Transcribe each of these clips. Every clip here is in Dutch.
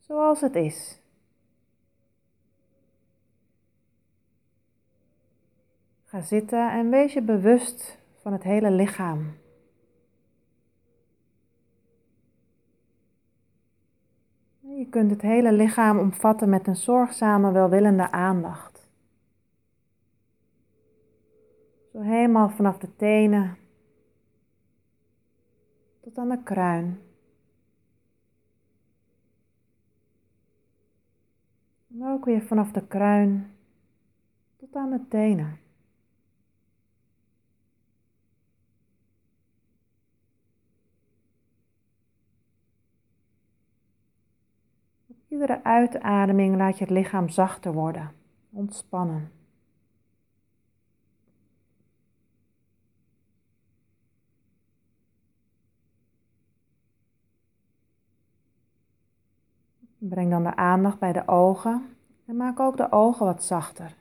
zoals het is. Ga zitten en wees je bewust van het hele lichaam. Je kunt het hele lichaam omvatten met een zorgzame, welwillende aandacht. Zo helemaal vanaf de tenen tot aan de kruin. En ook weer vanaf de kruin tot aan de tenen. Op iedere uitademing laat je het lichaam zachter worden, ontspannen. Breng dan de aandacht bij de ogen en maak ook de ogen wat zachter.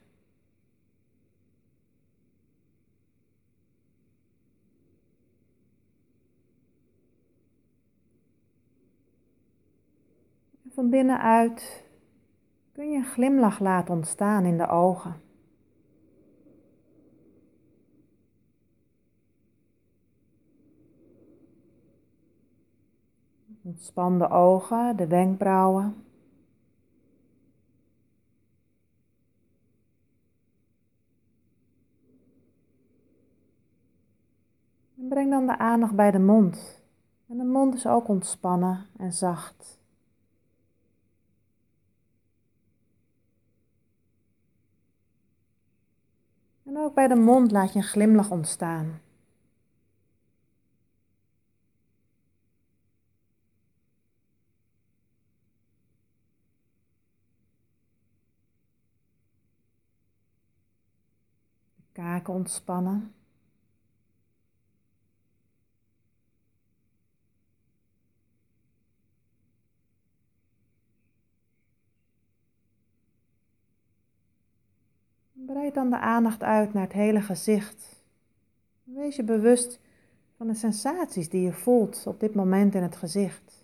En van binnenuit kun je een glimlach laten ontstaan in de ogen. Ontspan de ogen, de wenkbrauwen. En breng dan de aandacht bij de mond. En de mond is ook ontspannen en zacht. En ook bij de mond laat je een glimlach ontstaan. De kaken ontspannen. Breid dan de aandacht uit naar het hele gezicht. Wees je bewust van de sensaties die je voelt op dit moment in het gezicht.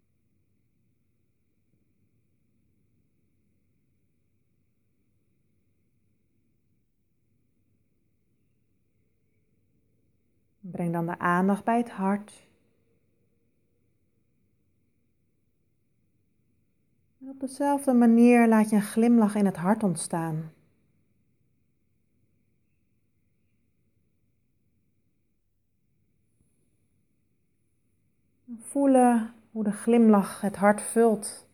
Breng dan de aandacht bij het hart. En op dezelfde manier laat je een glimlach in het hart ontstaan. Voelen hoe de glimlach het hart vult.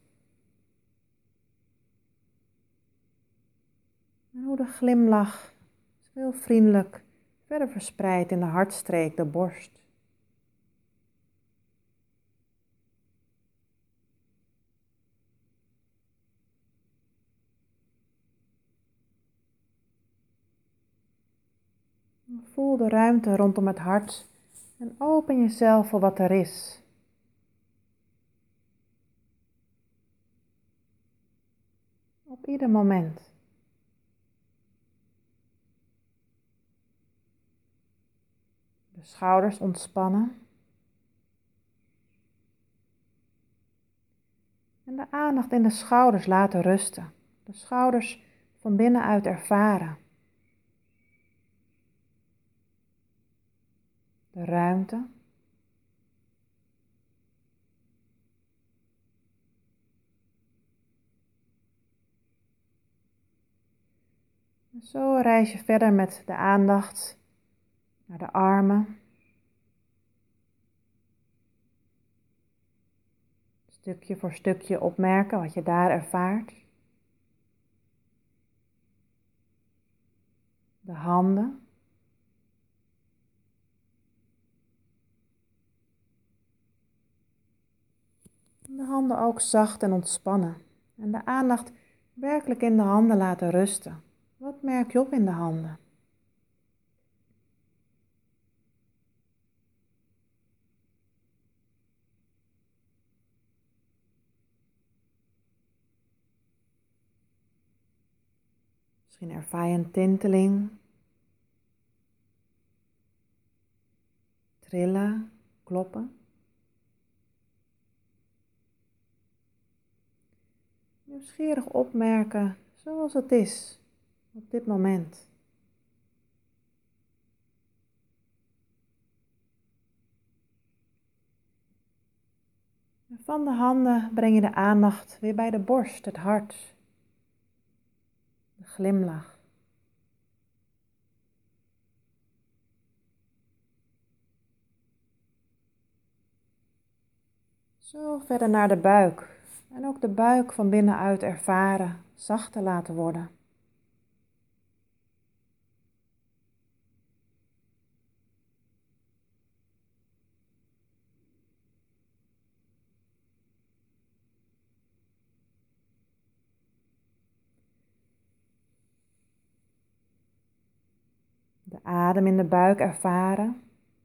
En hoe de glimlach heel vriendelijk verder verspreidt in de hartstreek, de borst. Voel de ruimte rondom het hart en open jezelf voor wat er is. Op ieder moment. De schouders ontspannen. En de aandacht in de schouders laten rusten. De schouders van binnenuit ervaren. De ruimte. En zo reis je verder met de aandacht naar de armen. Stukje voor stukje opmerken wat je daar ervaart. De handen. De handen ook zacht en ontspannen. En de aandacht werkelijk in de handen laten rusten. Wat merk je op in de handen? Misschien ervaar je een tinteling, trillen, kloppen. Nieuwsgierig opmerken zoals het is op dit moment. En van de handen breng je de aandacht weer bij de borst, het hart, de glimlach. Zo verder naar de buik en ook de buik van binnenuit ervaren, zachter laten worden. De adem in de buik ervaren.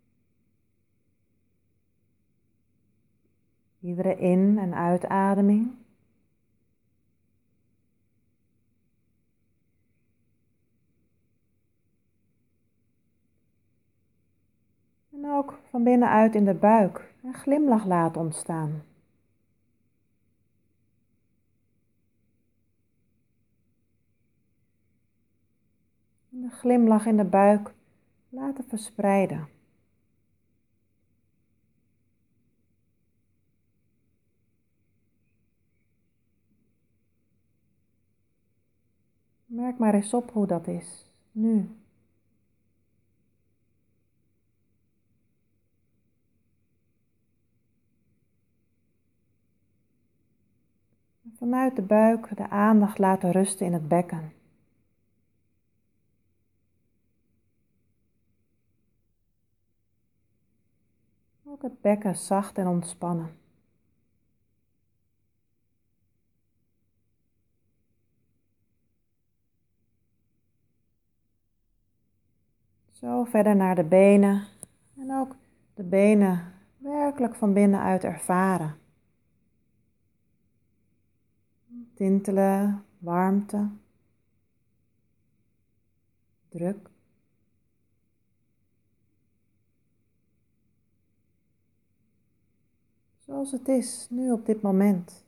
Iedere in- en uitademing. En ook van binnenuit in de buik een glimlach laten ontstaan. En de glimlach in de buik laten verspreiden. Merk maar eens op hoe dat is, nu. En vanuit de buik de aandacht laten rusten in het bekken. Ook het bekken zacht en ontspannen. Zo verder naar de benen en ook de benen werkelijk van binnenuit ervaren. Tintelen, warmte, druk. Zoals het is, nu op dit moment.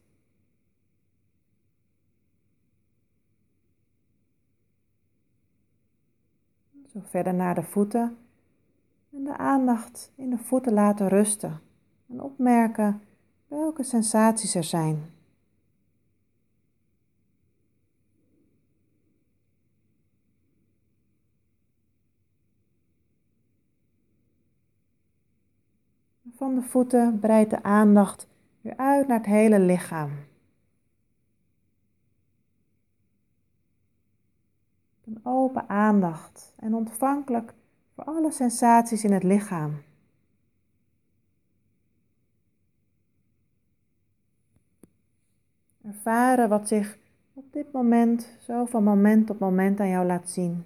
Zo verder naar de voeten en de aandacht in de voeten laten rusten. En opmerken welke sensaties er zijn. Van de voeten breidt de aandacht weer uit naar het hele lichaam. Een open aandacht en ontvankelijk voor alle sensaties in het lichaam. Ervaren wat zich op dit moment zo van moment op moment aan jou laat zien.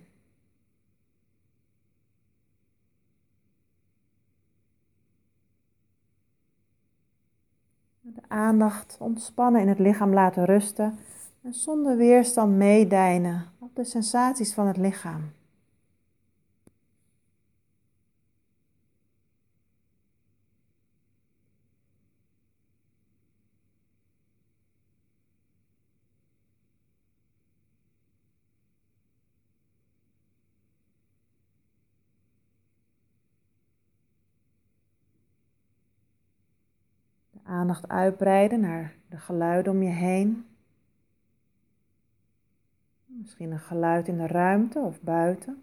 De aandacht ontspannen in het lichaam laten rusten en zonder weerstand meedijnen op de sensaties van het lichaam. De aandacht uitbreiden naar de geluiden om je heen. Misschien een geluid in de ruimte of buiten.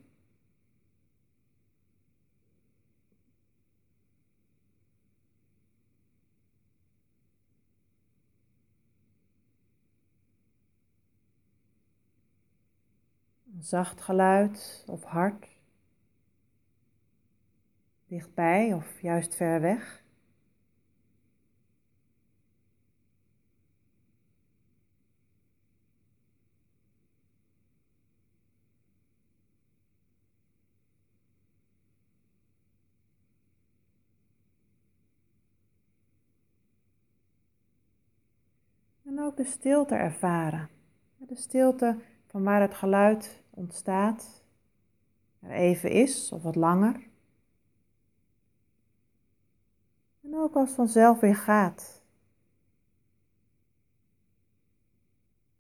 Een zacht geluid of hard. Dichtbij of juist ver weg. En ook de stilte ervaren. De stilte van waar het geluid ontstaat, er even is of wat langer. En ook als het vanzelf weer gaat.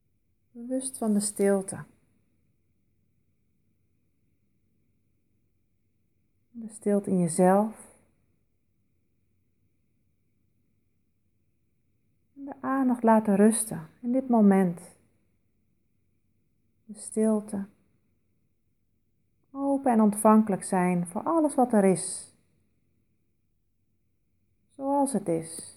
Bewust van de stilte. De stilte in jezelf. En de aandacht laten rusten in dit moment. De stilte. Open en ontvankelijk zijn voor alles wat er is. Zoals het is.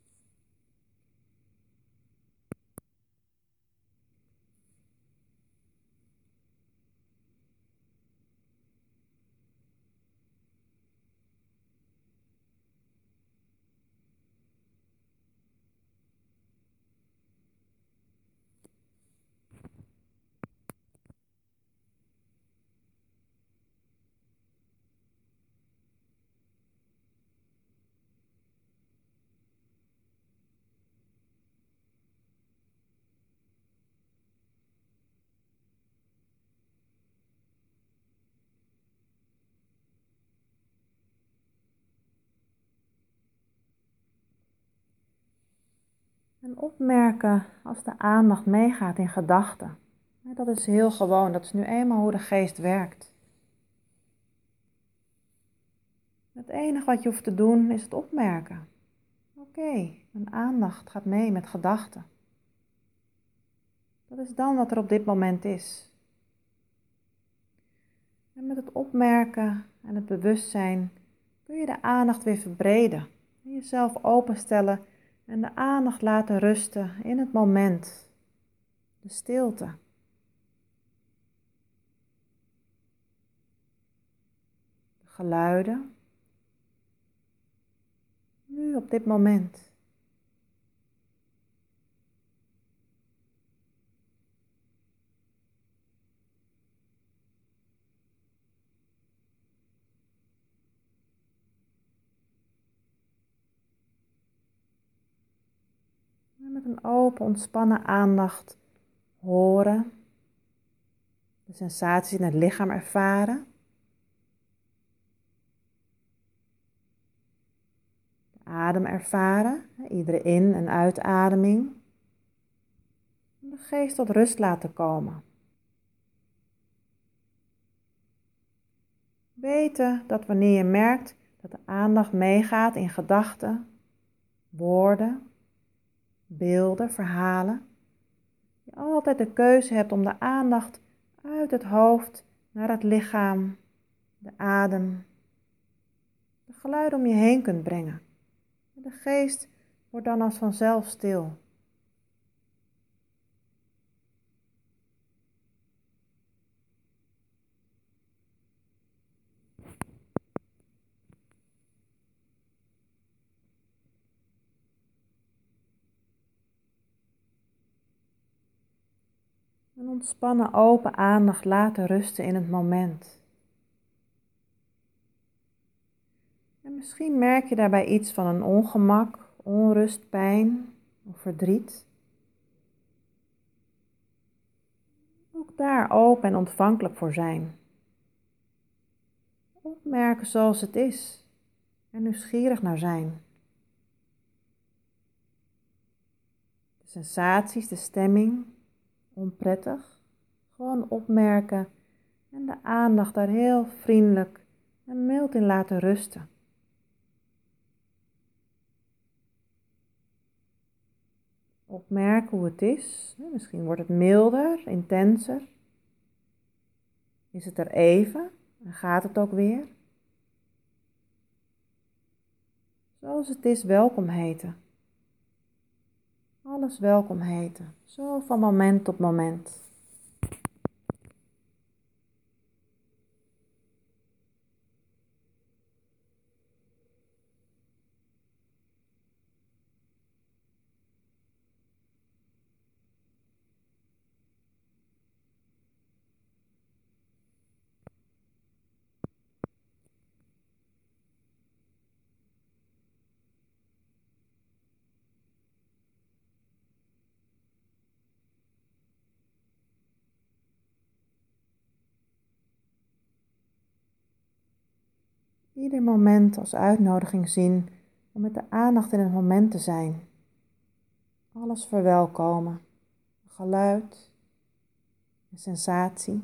En opmerken als de aandacht meegaat in gedachten. Dat is heel gewoon, dat is nu eenmaal hoe de geest werkt. Het enige wat je hoeft te doen is het opmerken. Oké, mijn aandacht gaat mee met gedachten. Dat is dan wat er op dit moment is. En met het opmerken en het bewustzijn kun je de aandacht weer verbreden. En jezelf openstellen en de aandacht laten rusten in het moment. De stilte. De geluiden. Nu op dit moment. En met een open, ontspannen aandacht horen. De sensaties in het lichaam ervaren. De adem ervaren. Iedere in- en uitademing. En de geest tot rust laten komen. Weten dat wanneer je merkt dat de aandacht meegaat in gedachten, woorden, beelden, verhalen, je altijd de keuze hebt om de aandacht uit het hoofd naar het lichaam, de adem, de geluiden om je heen kunt brengen. De geest wordt dan als vanzelf stil. Een ontspannen open aandacht laten rusten in het moment. En misschien merk je daarbij iets van een ongemak, onrust, pijn of verdriet. Ook daar open en ontvankelijk voor zijn. Opmerken zoals het is en nieuwsgierig naar zijn. De sensaties, de stemming, onprettig. Gewoon opmerken en de aandacht daar heel vriendelijk en mild in laten rusten. Opmerken hoe het is. Misschien wordt het milder, intenser. Is het er even en gaat het ook weer? Zoals het is, welkom heten. Alles welkom heten. Zo van moment tot moment. Ieder moment als uitnodiging zien om met de aandacht in het moment te zijn. Alles verwelkomen. Geluid, een sensatie.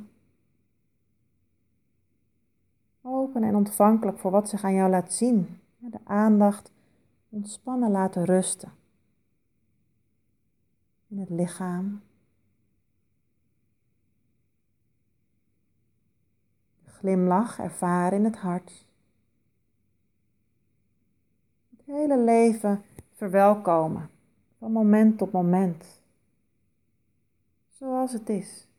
Open en ontvankelijk voor wat zich aan jou laat zien. De aandacht ontspannen laten rusten. In het lichaam. De glimlach ervaren in het hart. Het hele leven verwelkomen. Van moment tot moment. Zoals het is.